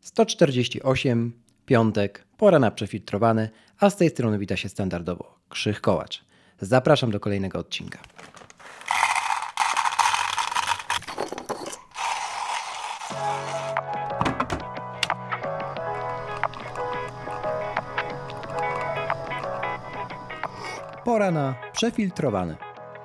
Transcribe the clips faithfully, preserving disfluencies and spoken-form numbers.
sto czterdzieści osiem, piątek, pora na przefiltrowane, a z tej strony wita się standardowo Krzych Kołacz. Zapraszam do kolejnego odcinka. Pora na przefiltrowane.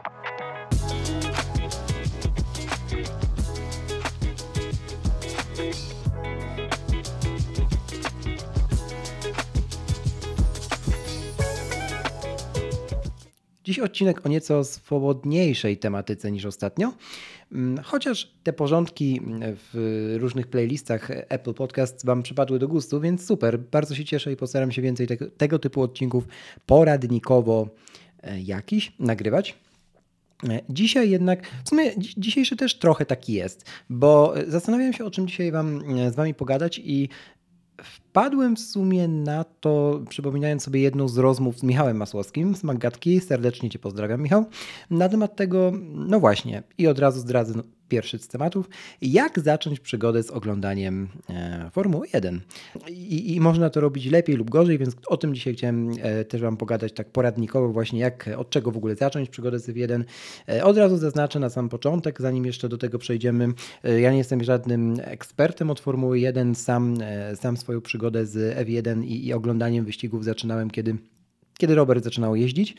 Dziś odcinek o nieco swobodniejszej tematyce niż ostatnio, chociaż te porządki w różnych playlistach Apple Podcasts Wam przypadły do gustu, więc super, bardzo się cieszę i postaram się więcej tego, tego typu odcinków poradnikowo jakiś nagrywać. Dzisiaj jednak, w sumie dzisiejszy też trochę taki jest, bo zastanawiam się, o czym dzisiaj Wam z Wami pogadać i wpadłem w sumie na to, przypominając sobie jedną z rozmów z Michałem Masłowskim z Maggatki. Serdecznie Cię pozdrawiam, Michał. Na temat tego, no właśnie, i od razu zdradzę pierwszy z tematów, jak zacząć przygodę z oglądaniem e, Formuły jeden. I, I można to robić lepiej lub gorzej, więc o tym dzisiaj chciałem e, też Wam pogadać tak poradnikowo, właśnie jak, od czego w ogóle zacząć przygodę z F jeden. E, od razu zaznaczę na sam początek, zanim jeszcze do tego przejdziemy. E, ja nie jestem żadnym ekspertem od Formuły jeden, sam, e, sam swoją przygodę z F jeden i, i oglądaniem wyścigów zaczynałem, kiedy, kiedy Robert zaczynał jeździć.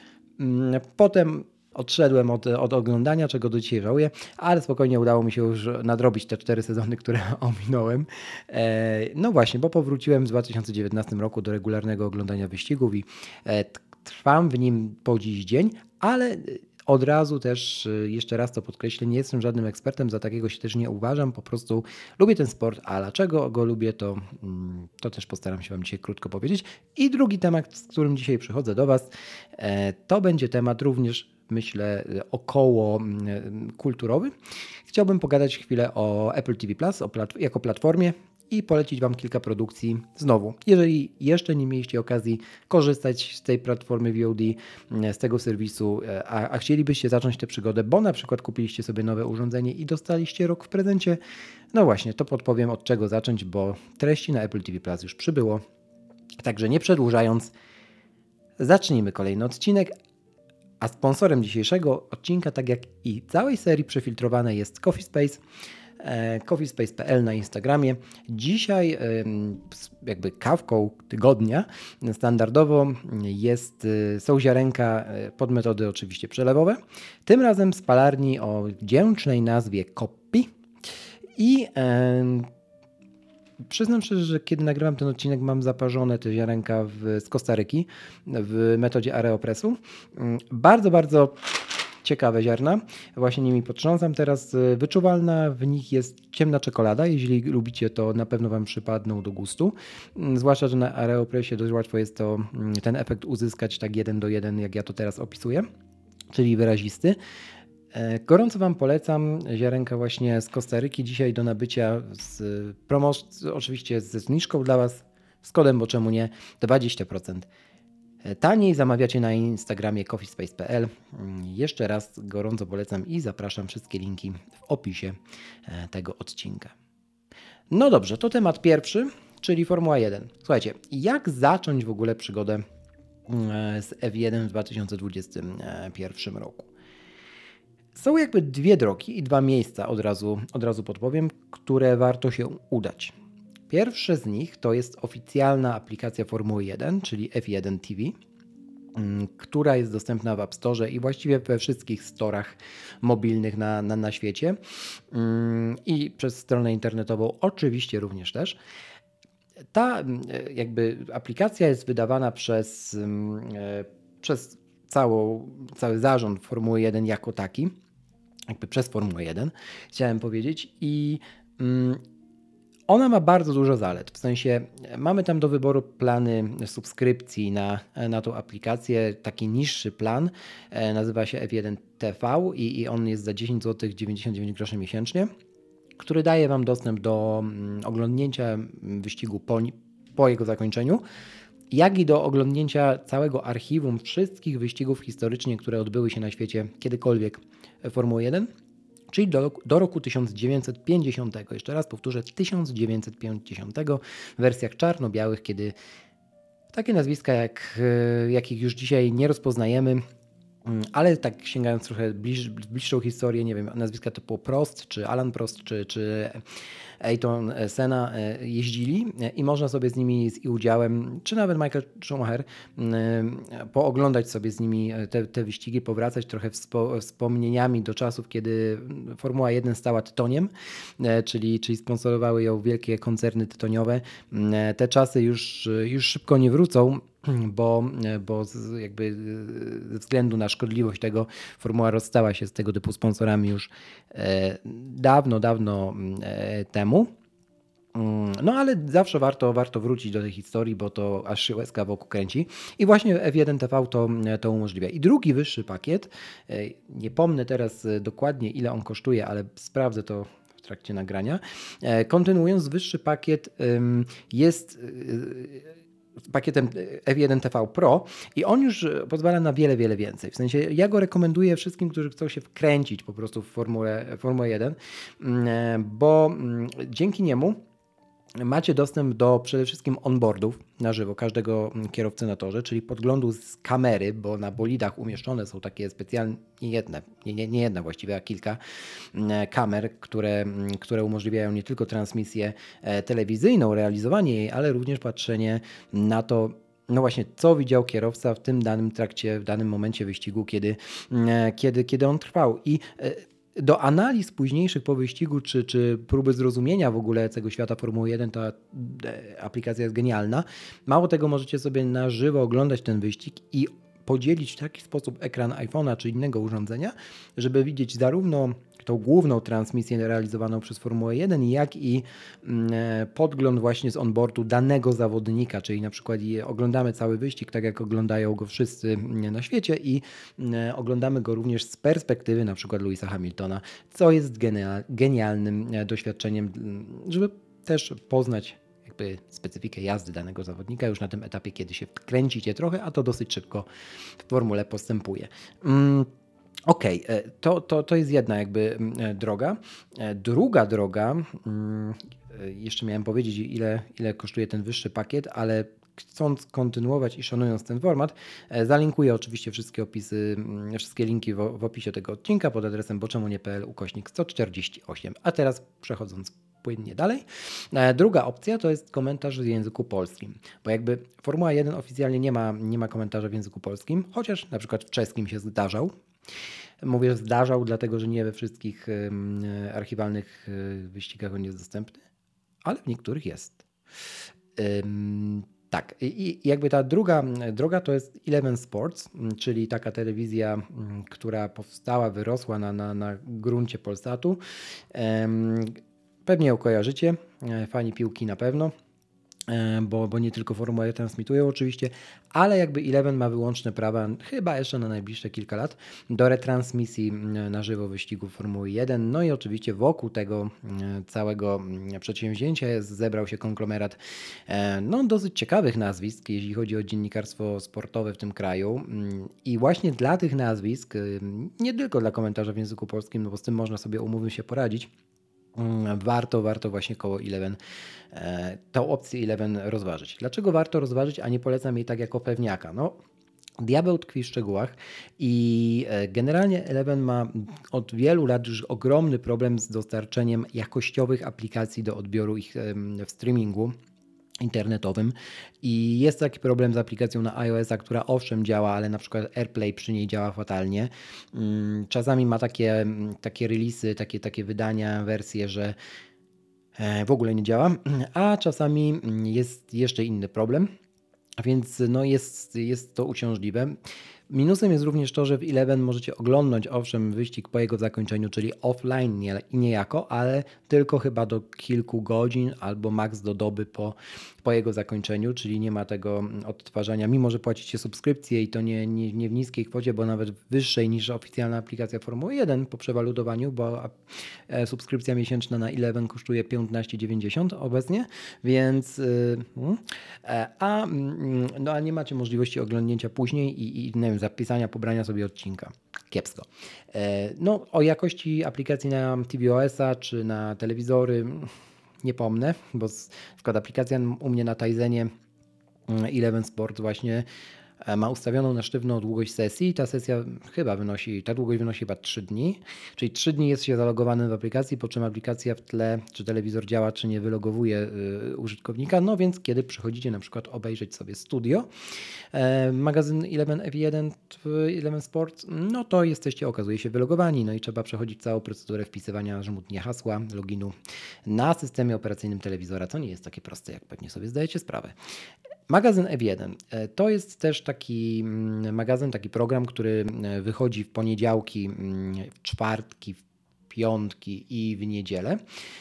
Potem odszedłem od, od oglądania, czego do dzisiaj żałuję, ale spokojnie udało mi się już nadrobić te cztery sezony, które ominąłem. E, no właśnie, bo powróciłem w dwa tysiące dziewiętnastym roku do regularnego oglądania wyścigów i e, trwam w nim po dziś dzień, ale od razu też jeszcze raz to podkreślę, nie jestem żadnym ekspertem, za takiego się też nie uważam, po prostu lubię ten sport, a dlaczego go lubię, to, to też postaram się Wam dzisiaj krótko powiedzieć. I drugi temat, z którym dzisiaj przychodzę do Was, to będzie temat również, myślę, około kulturowy. Chciałbym pogadać chwilę o Apple T V Plus o plat- jako platformie i polecić Wam kilka produkcji znowu. Jeżeli jeszcze nie mieliście okazji korzystać z tej platformy V O D, z tego serwisu, a, a chcielibyście zacząć tę przygodę, bo na przykład kupiliście sobie nowe urządzenie i dostaliście rok w prezencie, no właśnie, to podpowiem, od czego zacząć, bo treści na Apple T V Plus już przybyło. Także nie przedłużając, zacznijmy kolejny odcinek. A sponsorem dzisiejszego odcinka, tak jak i całej serii Przefiltrowane, jest Coffee Space. coffee space kropka p l na Instagramie. Dzisiaj jakby kawką tygodnia standardowo jest, są ziarenka pod metody oczywiście przelewowe. Tym razem z palarni o wdzięcznej nazwie Koppi. I przyznam szczerze, że kiedy nagrywam ten odcinek, mam zaparzone te ziarenka w, z Kostaryki w metodzie Aeropressu. Bardzo, bardzo ciekawe ziarna. Właśnie nimi potrząsam teraz. Wyczuwalna w nich jest ciemna czekolada. Jeśli lubicie, to na pewno Wam przypadną do gustu. Zwłaszcza, że na Aeropressie dość łatwo jest to ten efekt uzyskać tak jeden do jeden, jak ja to teraz opisuję, czyli wyrazisty. Gorąco Wam polecam ziarenka właśnie z Kostaryki. Dzisiaj do nabycia z promocji, oczywiście ze zniżką dla Was, z kodem, bo czemu nie, dwadzieścia procent taniej. Zamawiacie na Instagramie coffee space kropka p l. Jeszcze raz gorąco polecam i zapraszam, wszystkie linki w opisie tego odcinka. No dobrze, to temat pierwszy, czyli Formuła jeden. Słuchajcie, jak zacząć w ogóle przygodę z F jeden w dwa tysiące dwudziestym pierwszym roku? Są jakby dwie drogi i dwa miejsca, od razu, od razu podpowiem, które warto się udać. Pierwsze z nich to jest oficjalna aplikacja Formuły jeden, czyli F jeden T V, która jest dostępna w App Store i właściwie we wszystkich storach mobilnych na, na, na świecie i przez stronę internetową oczywiście również też. Ta jakby aplikacja jest wydawana przez, przez całą, cały zarząd Formuły jeden jako taki, jakby przez Formułę jeden, chciałem powiedzieć, i ona ma bardzo dużo zalet, w sensie mamy tam do wyboru plany subskrypcji na, na tą aplikację. Taki niższy plan nazywa się F jeden T V i, i on jest za dziesięć złotych dziewięćdziesiąt dziewięć groszy miesięcznie, który daje Wam dostęp do oglądnięcia wyścigu po, po jego zakończeniu, jak i do oglądnięcia całego archiwum wszystkich wyścigów historycznie, które odbyły się na świecie kiedykolwiek Formuły jeden. czyli do, do roku tysiąc dziewięćset pięćdziesiątego. Jeszcze raz powtórzę, tysiąc dziewięćset pięćdziesiątego w wersjach czarno-białych, kiedy takie nazwiska, jak, jakich już dzisiaj nie rozpoznajemy, ale tak sięgając trochę bliż, bliższą historię, nie wiem, nazwiska typu Prost, czy Alan Prost, czy, czy Ayrton Senna jeździli i można sobie z nimi z udziałem, czy nawet Michael Schumacher, pooglądać sobie z nimi te, te wyścigi, powracać trochę wspo, wspomnieniami do czasów, kiedy Formuła jeden stała tytoniem, czyli, czyli sponsorowały ją wielkie koncerny tytoniowe. Te czasy już, już szybko nie wrócą, bo, bo jakby ze względu na szkodliwość tego Formuła rozstała się z tego typu sponsorami już dawno, dawno temu. No ale zawsze warto, warto wrócić do tej historii, bo to aż się łezka wokół kręci. I właśnie F jeden T V to, to umożliwia. I drugi wyższy pakiet, nie pomnę teraz dokładnie ile on kosztuje, ale sprawdzę to w trakcie nagrania. Kontynuując, wyższy pakiet jest pakietem F jeden T V Pro i on już pozwala na wiele, wiele więcej. W sensie ja go rekomenduję wszystkim, którzy chcą się wkręcić po prostu w Formułę, Formułę jeden, bo dzięki niemu macie dostęp do przede wszystkim onboardów na żywo każdego kierowcy na torze, czyli podglądu z kamery, bo na bolidach umieszczone są takie specjalne, nie jedne, nie, nie, nie jedna właściwie, a kilka kamer, które, które umożliwiają nie tylko transmisję telewizyjną, realizowanie jej, ale również patrzenie na to, no właśnie, co widział kierowca w tym danym trakcie, w danym momencie wyścigu, kiedy, kiedy, kiedy on trwał. I do analiz późniejszych po wyścigu, czy, czy próby zrozumienia w ogóle tego świata Formuły jeden, ta aplikacja jest genialna. Mało tego, możecie sobie na żywo oglądać ten wyścig i podzielić w taki sposób ekran iPhone'a czy innego urządzenia, żeby widzieć zarówno tą główną transmisję realizowaną przez Formułę jeden, jak i podgląd właśnie z onboardu danego zawodnika, czyli na przykład oglądamy cały wyścig, tak jak oglądają go wszyscy na świecie i oglądamy go również z perspektywy na przykład Lewisa Hamiltona, co jest genialnym doświadczeniem, żeby też poznać jakby specyfikę jazdy danego zawodnika już na tym etapie, kiedy się kręcicie trochę, a to dosyć szybko w formule postępuje. Okej, okay, to, to, to jest jedna jakby droga. Druga droga, jeszcze miałem powiedzieć, ile, ile kosztuje ten wyższy pakiet, ale chcąc kontynuować i szanując ten format, zalinkuję oczywiście wszystkie opisy, wszystkie linki w, w opisie tego odcinka pod adresem boczemunie.pl ukośnik sto czterdzieści osiem. A teraz przechodząc płynnie dalej. Druga opcja to jest komentarz w języku polskim, bo jakby Formuła jeden oficjalnie nie ma, nie ma komentarza w języku polskim, chociaż na przykład w czeskim się zdarzał. Mówię zdarzał, dlatego że nie we wszystkich archiwalnych wyścigach on jest dostępny, ale w niektórych jest. Tak, i jakby ta druga droga to jest Eleven Sports, czyli taka telewizja, która powstała, wyrosła na, na, na gruncie Polsatu. Pewnie ją kojarzycie, fani piłki na pewno, bo, bo nie tylko Formułę transmitują oczywiście, ale jakby Eleven ma wyłączne prawa, chyba jeszcze na najbliższe kilka lat, do retransmisji na żywo wyścigów Formuły jeden. No i oczywiście wokół tego całego przedsięwzięcia zebrał się konglomerat no, dosyć ciekawych nazwisk, jeśli chodzi o dziennikarstwo sportowe w tym kraju. I właśnie dla tych nazwisk, nie tylko dla komentarza w języku polskim, no bo z tym można sobie, umówmy się, poradzić, Warto, warto właśnie koło Eleven, tą opcję Eleven rozważyć. Dlaczego warto rozważyć, a nie polecam jej tak jako pewniaka? No, diabeł tkwi w szczegółach i generalnie Eleven ma od wielu lat już ogromny problem z dostarczeniem jakościowych aplikacji do odbioru ich w streamingu internetowym i jest taki problem z aplikacją na iOS-a, która owszem działa, ale na przykład AirPlay przy niej działa fatalnie. Czasami ma takie, takie releasy, takie, takie wydania, wersje, że w ogóle nie działa, a czasami jest jeszcze inny problem, więc no jest, jest to uciążliwe. Minusem jest również to, że w Eleven możecie oglądać owszem wyścig po jego zakończeniu, czyli offline nie, niejako, ale tylko chyba do kilku godzin albo maks do doby po, po jego zakończeniu, czyli nie ma tego odtwarzania, mimo że płacicie subskrypcję i to nie, nie, nie w niskiej kwocie, bo nawet wyższej niż oficjalna aplikacja Formuły jeden po przewalutowaniu, bo subskrypcja miesięczna na Eleven kosztuje piętnaście dziewięćdziesiąt obecnie, więc a, no, a nie macie możliwości oglądnięcia później i, i nie wiem, zapisania, pobrania sobie odcinka. Kiepsko. No, o jakości aplikacji na tvOS-a czy na telewizory nie pomnę, bo z, na przykład aplikacja u mnie na Tizenie Eleven Sport właśnie ma ustawioną na sztywną długość sesji. Ta sesja chyba wynosi, ta długość wynosi chyba trzy dni, czyli trzy dni jest się zalogowanym w aplikacji, po czym aplikacja w tle, czy telewizor działa, czy nie wylogowuje y, użytkownika. No więc kiedy przychodzicie na przykład obejrzeć sobie studio, e, magazyn Eleven F jeden w Eleven Sport, no to jesteście, okazuje się, wylogowani. No i trzeba przechodzić całą procedurę wpisywania żmudnie hasła, loginu na systemie operacyjnym telewizora, co nie jest takie proste, jak pewnie sobie zdajecie sprawę. Magazyn F jeden to jest też taki magazyn, taki program, który wychodzi w poniedziałki, w czwartki, w piątki i w niedzielę,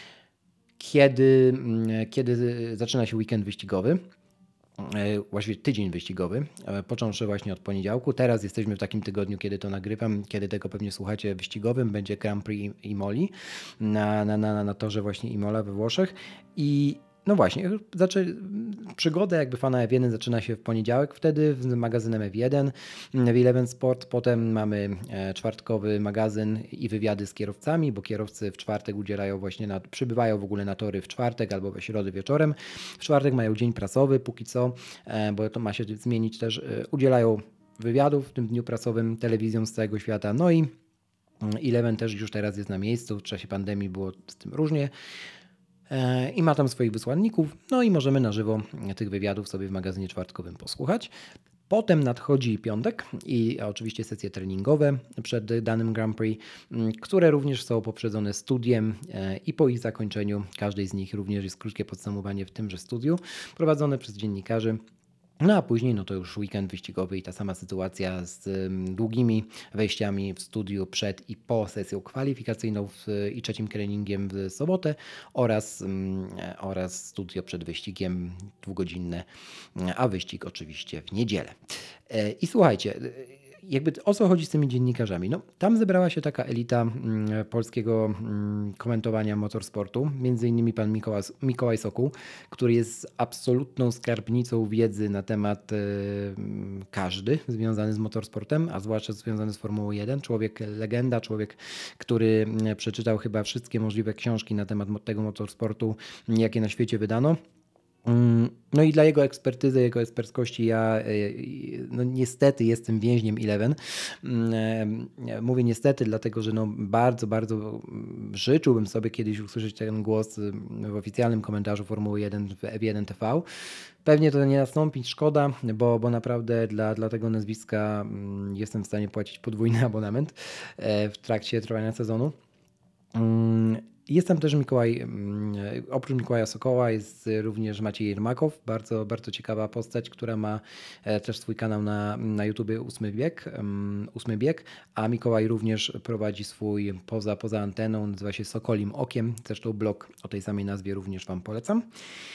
kiedy, kiedy zaczyna się weekend wyścigowy. Właściwie tydzień wyścigowy, począwszy właśnie od poniedziałku. Teraz jesteśmy w takim tygodniu, kiedy to nagrywam, kiedy tego pewnie słuchacie, wyścigowym. Będzie Grand Prix Imoli na, na, na, na torze właśnie Imola we Włoszech. I no właśnie, zaczę... przygoda jakby fana F jeden zaczyna się w poniedziałek, wtedy z magazynem F jeden w Eleven Sport. Potem mamy czwartkowy magazyn i wywiady z kierowcami, bo kierowcy w czwartek udzielają właśnie, na... przybywają w ogóle na tory w czwartek albo we środę wieczorem. W czwartek mają dzień prasowy, póki co, bo to ma się zmienić też. Udzielają wywiadów w tym dniu prasowym telewizjom z całego świata. No i Eleven też już teraz jest na miejscu, w czasie pandemii było z tym różnie. I ma tam swoich wysłanników, no i możemy na żywo tych wywiadów sobie w magazynie czwartkowym posłuchać. Potem nadchodzi piątek i oczywiście sesje treningowe przed danym Grand Prix, które również są poprzedzone studiem i po ich zakończeniu każdej z nich również jest krótkie podsumowanie w tymże studiu prowadzone przez dziennikarzy. No a później no to już weekend wyścigowy i ta sama sytuacja z długimi wejściami w studiu przed i po sesją kwalifikacyjną w, i trzecim treningiem w sobotę oraz, oraz studio przed wyścigiem dwugodzinne, a wyścig oczywiście w niedzielę. I słuchajcie, jakby o co chodzi z tymi dziennikarzami? No, tam zebrała się taka elita mm, polskiego mm, komentowania motorsportu, między innymi pan Mikołaj, Mikołaj Sokół, który jest absolutną skarbnicą wiedzy na temat y, każdy związany z motorsportem, a zwłaszcza związany z Formułą jeden. Człowiek legenda, człowiek, który przeczytał chyba wszystkie możliwe książki na temat tego motorsportu, jakie na świecie wydano. No i dla jego ekspertyzy, jego eksperckości ja no niestety jestem więźniem Eleven. Mówię niestety, dlatego że no bardzo, bardzo życzyłbym sobie kiedyś usłyszeć ten głos w oficjalnym komentarzu Formuły jeden w F jeden T V. Pewnie to nie nastąpi, szkoda, bo, bo naprawdę dla, dla tego nazwiska jestem w stanie płacić podwójny abonament w trakcie trwania sezonu. Jest tam też Mikołaj, oprócz Mikołaja Sokoła jest również Maciej Jermakow, bardzo, bardzo ciekawa postać, która ma też swój kanał na, na YouTubie Ósmy Bieg, Ósmy Bieg, a Mikołaj również prowadzi swój poza, poza anteną, nazywa się Sokolim Okiem, zresztą blog o tej samej nazwie również Wam polecam.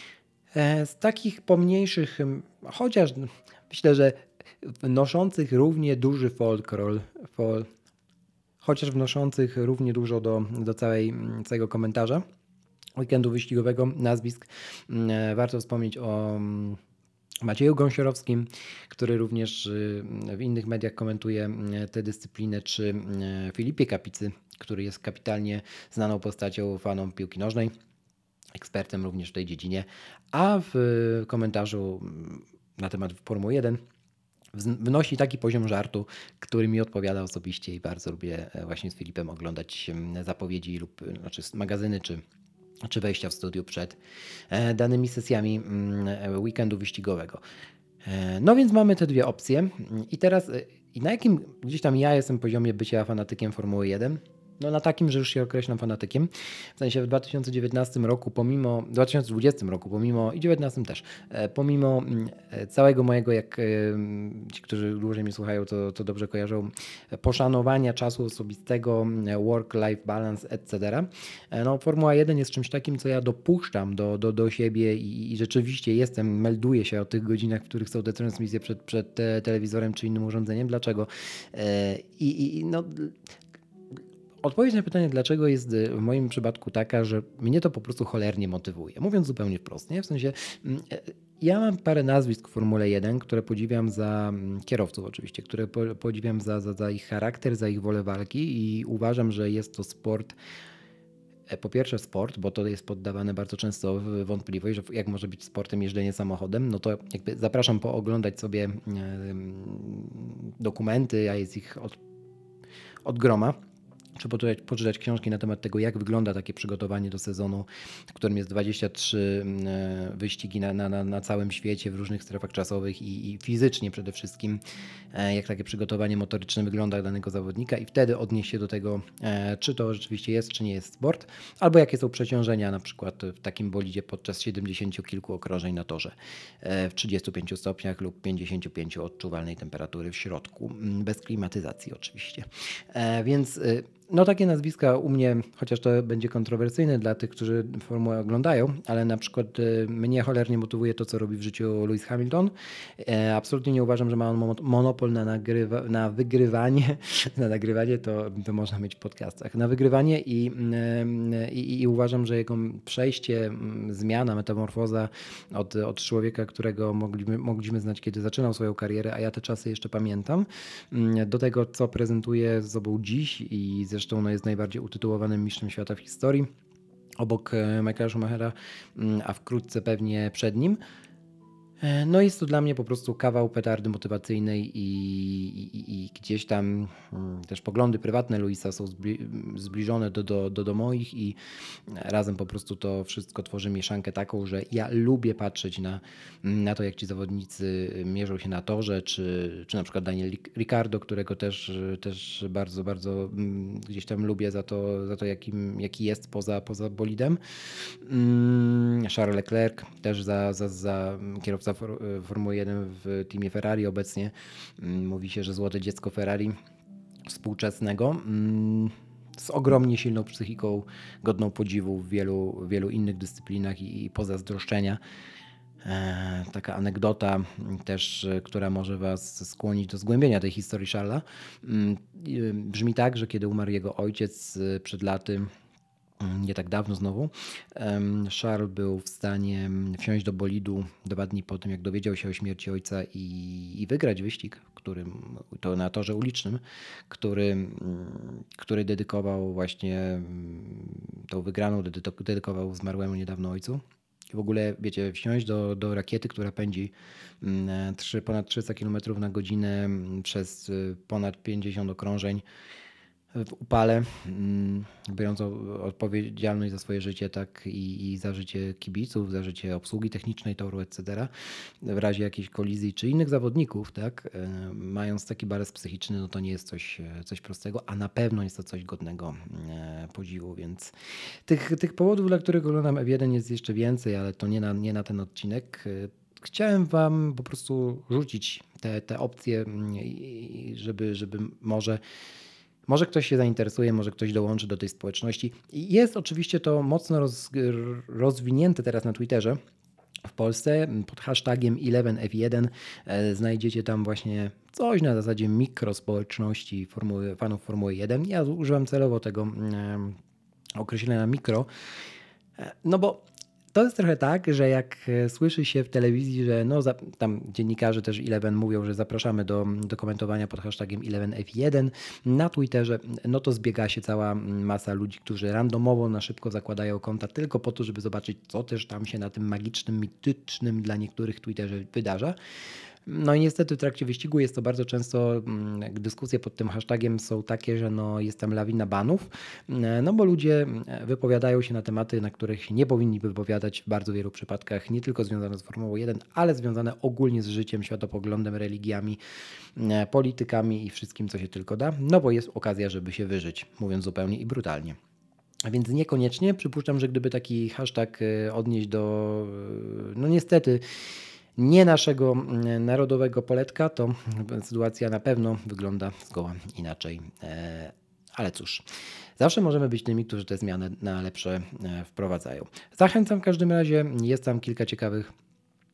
Z takich pomniejszych, chociaż myślę, że wnoszących równie duży folklor, fol, chociaż wnoszących równie dużo do, do całej, całego komentarza weekendu wyścigowego nazwisk. Warto wspomnieć o Macieju Gąsiorowskim, który również w innych mediach komentuje tę dyscyplinę, czy Filipie Kapicy, który jest kapitalnie znaną postacią, faną piłki nożnej, ekspertem również w tej dziedzinie, a w komentarzu na temat Formuły jeden wnosi taki poziom żartu, który mi odpowiada osobiście i bardzo lubię właśnie z Filipem oglądać zapowiedzi lub znaczy magazyny czy, czy wejścia w studiu przed danymi sesjami weekendu wyścigowego. No więc mamy te dwie opcje i teraz i na jakim gdzieś tam ja jestem poziomie bycia fanatykiem Formuły jeden? No na takim, że już się określam fanatykiem. W sensie w dwa tysiące dziewiętnastym roku, pomimo, w dwa tysiące dwudziestym roku, pomimo i dwudziestym też, pomimo całego mojego, jak ci, którzy dłużej mnie słuchają, to, to dobrze kojarzą, poszanowania czasu osobistego, work-life balance, et cetera. No Formuła jeden jest czymś takim, co ja dopuszczam do, do, do siebie i, i rzeczywiście jestem, melduję się o tych godzinach, w których są te transmisje przed, przed telewizorem czy innym urządzeniem. Dlaczego? I, i no... Odpowiedź na pytanie, dlaczego, jest y, w moim przypadku taka, że mnie to po prostu cholernie motywuje. Mówiąc zupełnie wprost, nie? W sensie mm, e, ja mam parę nazwisk w Formule jeden, które podziwiam za mm, kierowców oczywiście, które po, podziwiam za, za, za ich charakter, za ich wolę walki i uważam, że jest to sport, e, po pierwsze sport, bo to jest poddawane bardzo często w wątpliwość, że jak może być sportem jeżdżenie samochodem, no to jakby zapraszam pooglądać sobie e, mm, dokumenty, a jest ich od, od groma, czy poczytać, poczytać książki na temat tego, jak wygląda takie przygotowanie do sezonu, w którym jest dwadzieścia trzy e, wyścigi na, na, na, na całym świecie, w różnych strefach czasowych i, i fizycznie przede wszystkim, e, jak takie przygotowanie motoryczne wygląda danego zawodnika i wtedy odnieść się do tego, e, czy to rzeczywiście jest, czy nie jest sport, albo jakie są przeciążenia na przykład w takim bolidzie podczas siedemdziesięciu kilku okrążeń na torze, e, w trzydziestu pięciu stopniach lub pięćdziesięciu pięciu odczuwalnej temperatury w środku, bez klimatyzacji oczywiście. E, więc e, no takie nazwiska u mnie, chociaż to będzie kontrowersyjne dla tych, którzy formułę oglądają, ale na przykład y, mnie cholernie motywuje to, co robi w życiu Lewis Hamilton. E, absolutnie nie uważam, że ma on mo- monopol na, nagrywa, na wygrywanie. Na nagrywanie to, to można mieć w podcastach. Na wygrywanie i, y, i, i uważam, że jego przejście, mm, zmiana, metamorfoza od, od człowieka, którego mogliśmy, mogliśmy znać, kiedy zaczynał swoją karierę, a ja te czasy jeszcze pamiętam, mm, do tego, co prezentuje z sobą dziś i zresztą no, jest najbardziej utytułowanym mistrzem świata w historii, obok e, Michaela Schumachera, mm, a wkrótce pewnie przed nim. E, No jest to dla mnie po prostu kawał petardy motywacyjnej i, i, i gdzieś tam mm, też poglądy prywatne Luisa są zbli, zbliżone do, do, do, do moich i razem po prostu to wszystko tworzy mieszankę taką, że ja lubię patrzeć na, na to, jak ci zawodnicy mierzą się na torze, czy, czy na przykład Daniel Ricciardo, którego też, też bardzo, bardzo mm, gdzieś tam lubię za to, za to jakim, jaki jest poza, poza bolidem. Mm, Charles Leclerc też za, za, za kierowca for, Formuły jeden w teamie Ferrari obecnie. Mm, Mówi się, że złote dziecko Ferrari współczesnego. Mm, Z ogromnie silną psychiką, godną podziwu w wielu, wielu innych dyscyplinach i, i pozazdroszczenia. E, taka anegdota też, e, która może Was skłonić do zgłębienia tej historii Charlesa. Mm, y, Brzmi tak, że kiedy umarł jego ojciec e, przed laty, mm, nie tak dawno znowu, em, Charles był w stanie wsiąść do bolidu dwa dni po tym, jak dowiedział się o śmierci ojca i, i wygrać wyścig, którym, to na torze ulicznym, który, mm, który dedykował właśnie mm, tą wygraną, dedyko- dedykował zmarłemu niedawno ojcu. I w ogóle, wiecie, wsiąść do, do rakiety, która pędzi mm, trzy, ponad trzysta kilometrów na godzinę mm, przez y, ponad pięćdziesiąt okrążeń w upale, mm, biorąc o- odpowiedzialność za swoje życie, tak i, i za życie kibiców, za życie obsługi technicznej toru, et cetera. W razie jakiejś kolizji czy innych zawodników, tak, e, mając taki balans psychiczny, no to nie jest coś, e, coś prostego, a na pewno jest to coś godnego e, podziwu, więc tych, tych powodów, dla których oglądam F jeden jest jeszcze więcej, ale to nie na, nie na ten odcinek. E, Chciałem Wam po prostu rzucić te, te opcje, mm, i- i żeby, żeby może może ktoś się zainteresuje, może ktoś dołączy do tej społeczności. I jest oczywiście to mocno roz, rozwinięte teraz na Twitterze. W Polsce pod hashtagiem eleven F jeden e, znajdziecie tam właśnie coś na zasadzie mikrospołeczności formuły, fanów Formuły jeden. Ja używam celowo tego mm, określenia mikro, e, no bo to jest trochę tak, że jak e, słyszy się w telewizji, że no za, tam dziennikarze też Eleven mówią, że zapraszamy do, do komentowania pod hashtagiem eleven F jeden na Twitterze, no to zbiega się cała masa ludzi, którzy randomowo na szybko zakładają konta tylko po to, żeby zobaczyć, co też tam się na tym magicznym, mitycznym dla niektórych Twitterze wydarza. No i niestety w trakcie wyścigu jest to bardzo często, mm, dyskusje pod tym hashtagiem są takie, że no jest tam lawina banów, e, no bo ludzie e, wypowiadają się na tematy, na których się nie powinni wypowiadać w bardzo wielu przypadkach, nie tylko związane z Formułą jeden, ale związane ogólnie z życiem, światopoglądem, religiami, e, politykami i wszystkim, co się tylko da, no bo jest okazja, żeby się wyżyć, mówiąc zupełnie i brutalnie. A więc niekoniecznie. Przypuszczam, że gdyby taki hashtag e, odnieść do, e, no niestety, nie naszego mm, narodowego poletka, to sytuacja na pewno wygląda zgoła inaczej. E, Ale cóż, zawsze możemy być tymi, którzy te zmiany na lepsze e, wprowadzają. Zachęcam w każdym razie, jest tam kilka ciekawych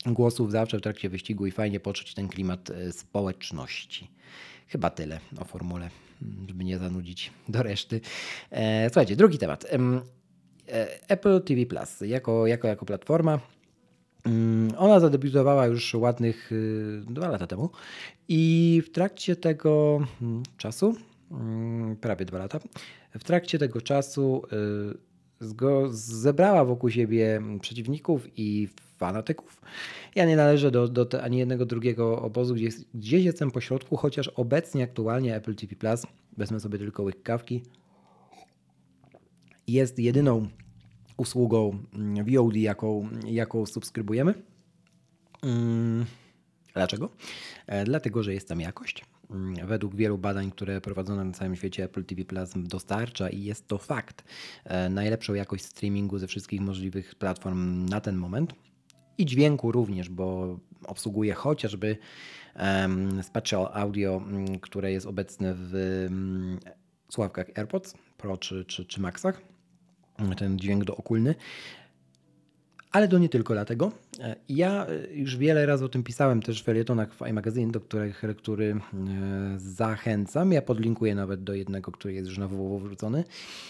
głosów zawsze w trakcie wyścigu i fajnie poczuć ten klimat społeczności. Chyba tyle o formule, żeby nie zanudzić do reszty. Słuchajcie, drugi temat. Apple T V Plus jako, jako, jako platforma. Ona zadebiutowała już ładnych dwa lata temu i w trakcie tego czasu, prawie dwa lata, w trakcie tego czasu zebrała wokół siebie przeciwników i fanatyków. Ja nie należę do, do te, ani jednego drugiego obozu, gdzieś, gdzieś jestem po środku, chociaż obecnie, aktualnie Apple T V Plus, wezmę sobie tylko łyk kawki, jest jedyną usługą V O D, jaką, jaką subskrybujemy. Dlaczego? Dlatego, że jest tam jakość. Według wielu badań, które prowadzone na całym świecie, Apple T V Plus dostarcza i jest to fakt, najlepszą jakość streamingu ze wszystkich możliwych platform na ten moment. I dźwięku również, bo obsługuje chociażby um, Spatial Audio, które jest obecne w um, słuchawkach AirPods Pro czy, czy, czy Maxach. Ten dźwięk dookulny. Ale to nie tylko dlatego. Ja już wiele razy o tym pisałem też w felietonach w iMagazine, do których lektury zachęcam. Ja podlinkuję nawet do jednego, który jest już na www wrzucony.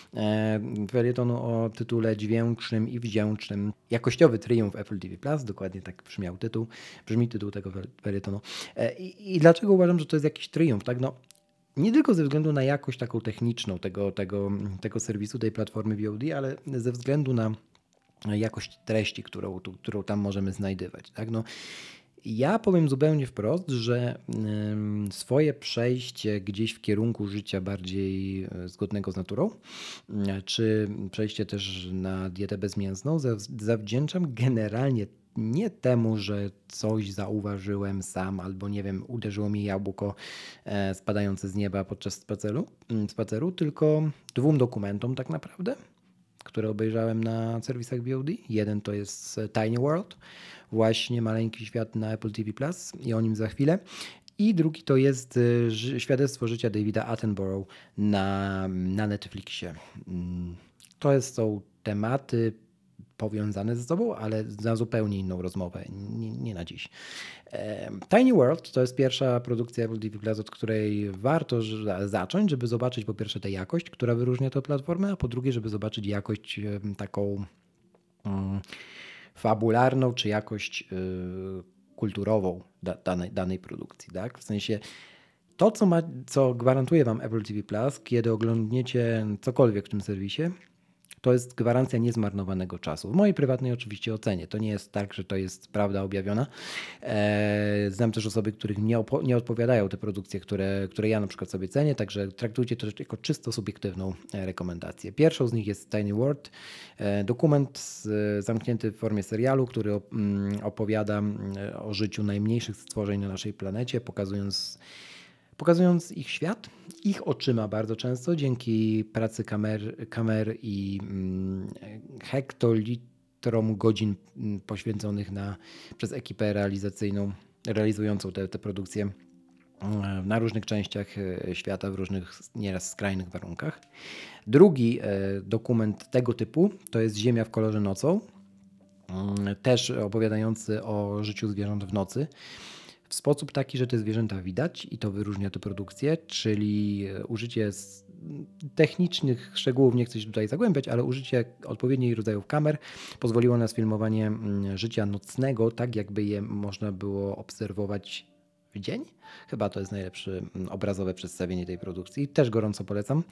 Felietonu o tytule dźwięcznym i wdzięcznym. Jakościowy triumf Apple T V Plus. Dokładnie tak brzmiał tytuł. Brzmi tytuł tego felietonu. I, i dlaczego uważam, że to jest jakiś triumf? Tak, no. Nie tylko ze względu na jakość taką techniczną tego, tego, tego serwisu, tej platformy V O D, ale ze względu na jakość treści, którą, którą tam możemy znajdywać. Tak? No, ja powiem zupełnie wprost, że swoje przejście gdzieś w kierunku życia bardziej zgodnego z naturą, czy przejście też na dietę bezmięsną zawdzięczam generalnie nie temu, że coś zauważyłem sam albo nie wiem, uderzyło mi jabłko spadające z nieba podczas spaceru, spaceru tylko dwóm dokumentom tak naprawdę, które obejrzałem na serwisach V O D. Jeden to jest Tiny World, właśnie maleńki świat na Apple T V Plus i o nim za chwilę. I drugi to jest świadectwo życia Davida Attenborough na, na Netflixie. To są tematy powiązane ze sobą, ale na zupełnie inną rozmowę, nie, nie na dziś. Tiny World to jest pierwsza produkcja Apple T V Plus, od której warto zacząć, żeby zobaczyć po pierwsze tę jakość, która wyróżnia tę platformę, a po drugie, żeby zobaczyć jakość taką um, fabularną, czy jakość y, kulturową da, danej, danej produkcji. Tak? W sensie to, co, ma, co gwarantuje Wam Apple T V Plus, kiedy oglądniecie cokolwiek w tym serwisie, to jest gwarancja niezmarnowanego czasu. W mojej prywatnej oczywiście ocenie. To nie jest tak, że to jest prawda objawiona. Znam też osoby, których nie, opo- nie odpowiadają te produkcje, które, które ja na przykład sobie cenię, także traktujcie to jako czysto subiektywną rekomendację. Pierwszą z nich jest Tiny World, dokument zamknięty w formie serialu, który opowiada o życiu najmniejszych stworzeń na naszej planecie, pokazując Pokazując ich świat, ich oczyma bardzo często, dzięki pracy kamer, kamer i mm, hektolitrom godzin poświęconych na, przez ekipę realizacyjną, realizującą te, te produkcje na różnych częściach świata, w różnych nieraz skrajnych warunkach. Drugi dokument tego typu to jest Ziemia w kolorze nocą, też opowiadający o życiu zwierząt w nocy. W sposób taki, że te zwierzęta widać i to wyróżnia tę produkcję, czyli użycie technicznych szczegółów, nie chcę się tutaj zagłębiać, ale użycie odpowiednich rodzajów kamer pozwoliło na sfilmowanie życia nocnego, tak jakby je można było obserwować w dzień. Chyba to jest najlepsze obrazowe przedstawienie tej produkcji. Też gorąco polecam.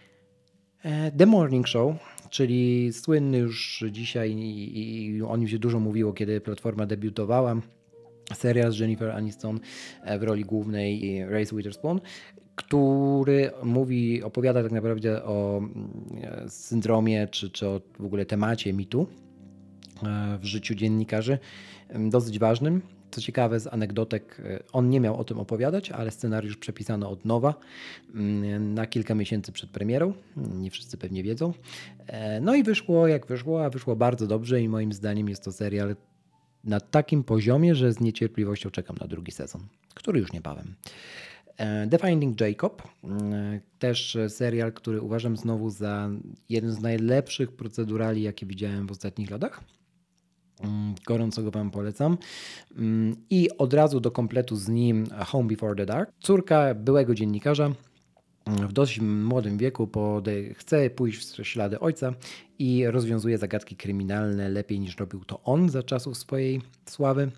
The Morning Show, czyli słynny już dzisiaj i o nim się dużo mówiło, kiedy platforma debiutowała, serial z Jennifer Aniston w roli głównej i Reese Witherspoon, który mówi, opowiada tak naprawdę o syndromie czy, czy o w ogóle temacie mitu w życiu dziennikarzy, dosyć ważnym. Co ciekawe, z anegdotek, on nie miał o tym opowiadać, ale scenariusz przepisano od nowa na kilka miesięcy przed premierą. Nie wszyscy pewnie wiedzą. No i wyszło jak wyszło, a wyszło bardzo dobrze i moim zdaniem jest to serial na takim poziomie, że z niecierpliwością czekam na drugi sezon, który już niebawem. The Finding Jacob, też serial, który uważam znowu za jeden z najlepszych procedurali, jakie widziałem w ostatnich latach. Gorąco go wam polecam. I od razu do kompletu z nim Home Before the Dark. Córka byłego dziennikarza w dość młodym wieku pode- chce pójść w ślady ojca i rozwiązuje zagadki kryminalne lepiej niż robił to on za czasów swojej sławy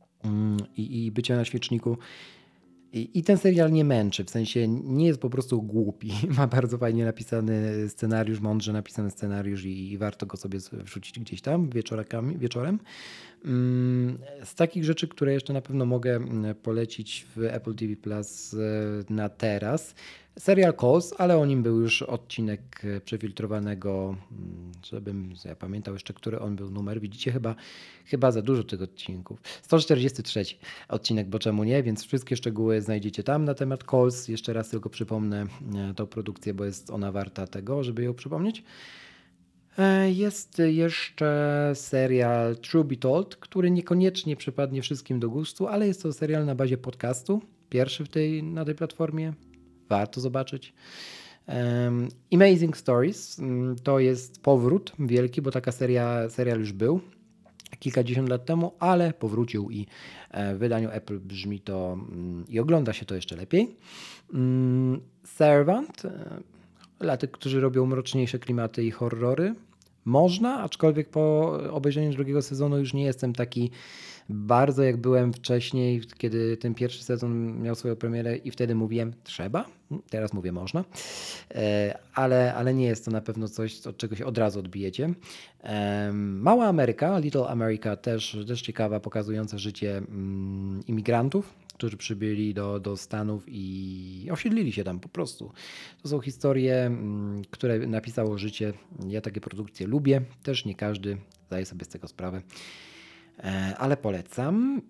i, i bycia na świeczniku. I, I ten serial nie męczy, w sensie nie jest po prostu głupi. Ma bardzo fajnie napisany scenariusz, mądrze napisany scenariusz i, i warto go sobie wrzucić gdzieś tam wieczorakami, wieczorem. Z takich rzeczy, które jeszcze na pewno mogę polecić w Apple T V Plus na teraz, serial Calls, ale o nim był już odcinek przefiltrowanego, żebym ja pamiętał jeszcze, który on był numer. Widzicie, chyba, chyba za dużo tych odcinków. sto czterdziesty trzeci odcinek, bo czemu nie, więc wszystkie szczegóły znajdziecie tam na temat Calls. Jeszcze raz tylko przypomnę tą produkcję, bo jest ona warta tego, żeby ją przypomnieć. Jest jeszcze serial True Be Told, który niekoniecznie przypadnie wszystkim do gustu, ale jest to serial na bazie podcastu. Pierwszy w tej, na tej platformie. Warto zobaczyć. Um, Amazing Stories to jest powrót wielki, bo taka seria, serial już był kilkadziesiąt lat temu, ale powrócił i w wydaniu Apple brzmi to i ogląda się to jeszcze lepiej. Um, Servant. Dla tych, którzy robią mroczniejsze klimaty i horrory, można, aczkolwiek po obejrzeniu drugiego sezonu już nie jestem taki bardzo jak byłem wcześniej, kiedy ten pierwszy sezon miał swoją premierę i wtedy mówiłem trzeba, teraz mówię można, ale, ale nie jest to na pewno coś, od czego się od razu odbijecie. Mała Ameryka, Little America też, też ciekawa, pokazująca życie imigrantów, którzy przybyli do, do Stanów i osiedlili się tam po prostu. To są historie, które napisało życie. Ja takie produkcje lubię, też nie każdy zdaje sobie z tego sprawę, ale polecam.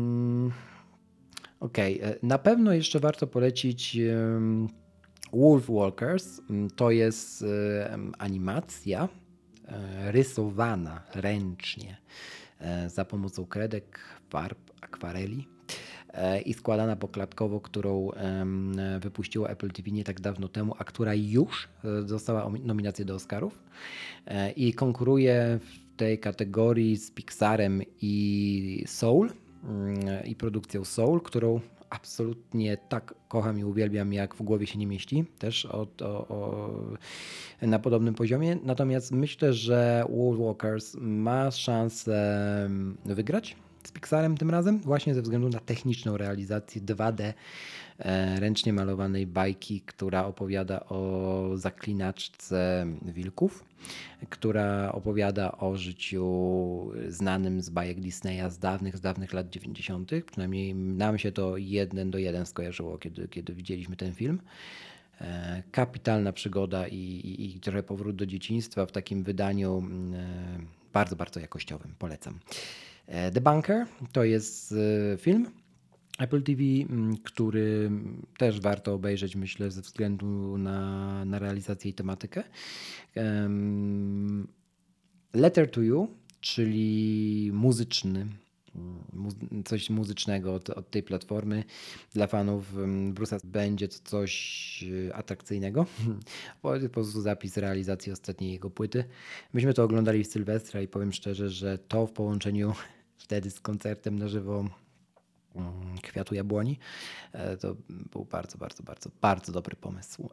Okej, okay. Na pewno jeszcze warto polecić Wolf Walkers. To jest animacja rysowana ręcznie za pomocą kredek, farb, akwareli i składana poklatkowo, którą wypuściło Apple T V nie tak dawno temu, a która już dostała nominację do Oscarów i konkuruje w tej kategorii z Pixarem i Soul i produkcją Soul, którą absolutnie tak kocham i uwielbiam, jak w głowie się nie mieści, też o, o, o, na podobnym poziomie. Natomiast myślę, że Wolf Walkers ma szansę wygrać z Pixarem tym razem, właśnie ze względu na techniczną realizację dwa D ręcznie malowanej bajki, która opowiada o zaklinaczce wilków, która opowiada o życiu znanym z bajek Disneya z dawnych, z dawnych lat dziewięćdziesiątych. Przynajmniej nam się to jeden do jeden skojarzyło, kiedy, kiedy widzieliśmy ten film. Kapitalna przygoda i, i, i trochę powrót do dzieciństwa w takim wydaniu bardzo, bardzo jakościowym. Polecam. The Bunker to jest film Apple T V, który też warto obejrzeć, myślę, ze względu na, na realizację i tematykę. Um, Letter to You, czyli muzyczny, coś muzycznego od, od tej platformy. Dla fanów Bruce'a będzie to coś atrakcyjnego. Po prostu zapis realizacji ostatniej jego płyty. Myśmy to oglądali w Sylwestra i powiem szczerze, że to w połączeniu wtedy z koncertem na żywo Kwiatu Jabłoni to był bardzo, bardzo, bardzo, bardzo dobry pomysł.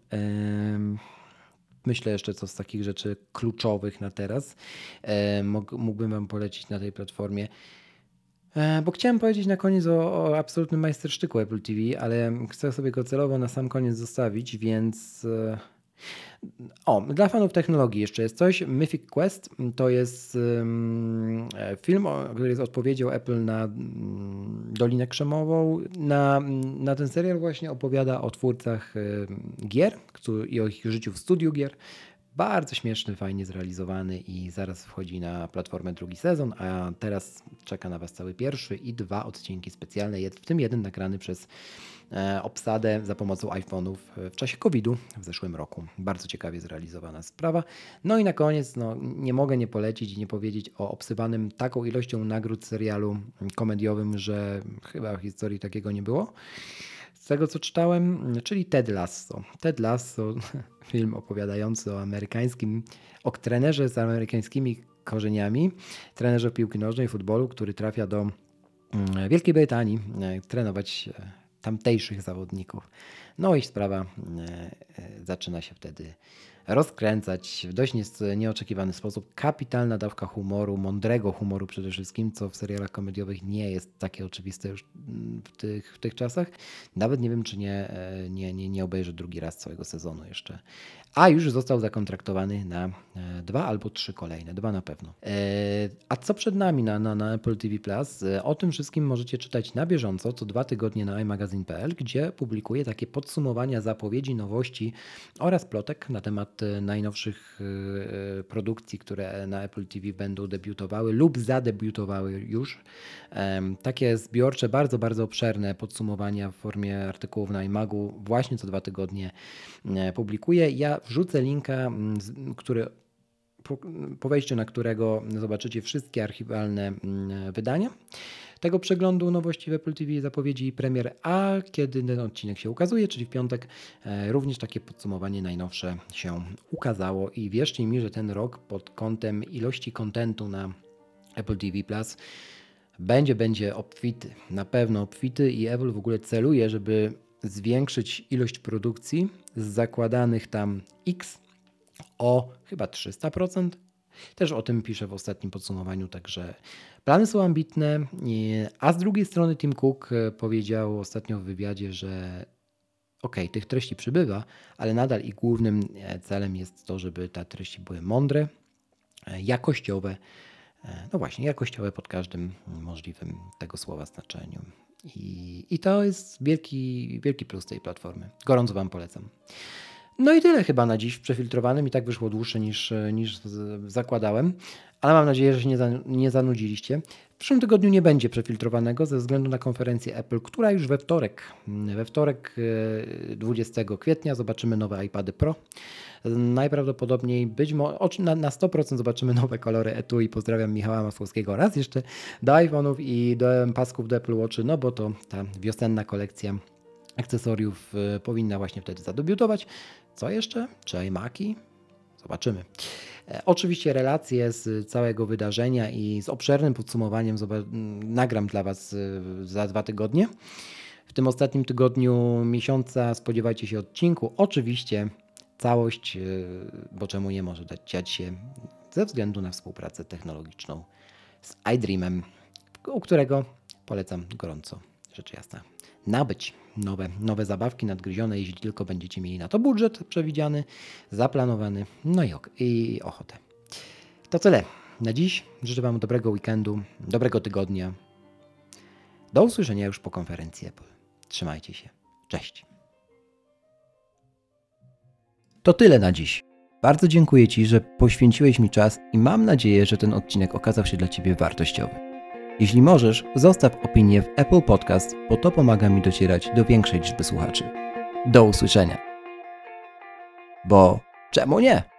Myślę jeszcze, co z takich rzeczy kluczowych na teraz mógłbym wam polecić na tej platformie. Bo chciałem powiedzieć na koniec o, o absolutnym majstersztyku Apple T V, ale chcę sobie go celowo na sam koniec zostawić, więc... O, dla fanów technologii jeszcze jest coś. Mythic Quest to jest um, film, który jest odpowiedzią Apple na um, Dolinę Krzemową. Na, na ten serial właśnie opowiada o twórcach um, gier który, i o ich życiu w studiu gier. Bardzo śmieszny, fajnie zrealizowany i zaraz wchodzi na platformę drugi sezon, a teraz czeka na Was cały pierwszy i dwa odcinki specjalne, w tym jeden nagrany przez obsadę za pomocą iPhone'ów w czasie kowida w zeszłym roku. Bardzo ciekawie zrealizowana sprawa. No i na koniec no, nie mogę nie polecić i nie powiedzieć o obsypanym taką ilością nagród serialu komediowym, że chyba w historii takiego nie było. Z tego co czytałem, czyli Ted Lasso. Ted Lasso, film opowiadający o amerykańskim, o trenerze z amerykańskimi korzeniami, trenerze piłki nożnej, futbolu, który trafia do Wielkiej Brytanii trenować tamtejszych zawodników. No i sprawa zaczyna się wtedy rozkręcać w dość nieoczekiwany sposób. Kapitalna dawka humoru, mądrego humoru przede wszystkim, co w serialach komediowych nie jest takie oczywiste już w tych, w tych czasach. Nawet nie wiem, czy nie, nie, nie, nie obejrzę drugi raz całego sezonu jeszcze. A już został zakontraktowany na dwa albo trzy kolejne, dwa na pewno. A co przed nami na, na, na Apple T V Plus? O tym wszystkim możecie czytać na bieżąco, co dwa tygodnie na imagazine kropka p l, gdzie publikuję takie podsumowania zapowiedzi, nowości oraz plotek na temat najnowszych produkcji, które na Apple T V będą debiutowały lub zadebiutowały już. Takie zbiorcze, bardzo, bardzo obszerne podsumowania w formie artykułów na iMagu właśnie co dwa tygodnie publikuję. Ja wrzucę linka, który, po wejściu na którego zobaczycie wszystkie archiwalne wydania tego przeglądu nowości w Apple T V, zapowiedzi i premier, a kiedy ten odcinek się ukazuje, czyli w piątek, również takie podsumowanie najnowsze się ukazało i wierzcie mi, że ten rok pod kątem ilości kontentu na Apple T V Plus będzie, będzie obfity, na pewno obfity i Apple w ogóle celuje, żeby zwiększyć ilość produkcji z zakładanych tam X o chyba trzysta procent. Też o tym piszę w ostatnim podsumowaniu, także plany są ambitne, a z drugiej strony Tim Cook powiedział ostatnio w wywiadzie, że ok, tych treści przybywa, ale nadal ich głównym celem jest to, żeby te treści były mądre, jakościowe, no właśnie, jakościowe pod każdym możliwym tego słowa znaczeniu. I, i to jest wielki, wielki plus tej platformy. Gorąco Wam polecam. No i tyle chyba na dziś w Przefiltrowanym. I tak wyszło dłuższe niż, niż zakładałem, ale mam nadzieję, że się nie, za, nie zanudziliście. W przyszłym tygodniu nie będzie Przefiltrowanego ze względu na konferencję Apple, która już we wtorek, we wtorek dwudziestego kwietnia zobaczymy nowe iPady Pro. Najprawdopodobniej być może na, na sto procent zobaczymy nowe kolory etui. Pozdrawiam Michała Masłowskiego raz jeszcze do iPhone'ów i do pasków do Apple Watchy, no bo to ta wiosenna kolekcja akcesoriów powinna właśnie wtedy zadebiutować. Co jeszcze? Czy iMaki? Zobaczymy. E, oczywiście relacje z całego wydarzenia i z obszernym podsumowaniem nagram dla Was za dwa tygodnie. W tym ostatnim tygodniu miesiąca spodziewajcie się odcinku. Oczywiście całość, bo czemu nie może dać dziać się ze względu na współpracę technologiczną z iDreamem, u którego polecam gorąco, rzecz jasna, nabyć nowe, nowe zabawki nadgryzione, jeśli tylko będziecie mieli na to budżet przewidziany, zaplanowany, no i, ok, i ochotę. To tyle na dziś. Życzę Wam dobrego weekendu, dobrego tygodnia. Do usłyszenia już po konferencji Apple. Trzymajcie się. Cześć. To tyle na dziś. Bardzo dziękuję Ci, że poświęciłeś mi czas i mam nadzieję, że ten odcinek okazał się dla Ciebie wartościowy. Jeśli możesz, zostaw opinię w Apple Podcast, bo to pomaga mi docierać do większej liczby słuchaczy. Do usłyszenia. Bo czemu nie?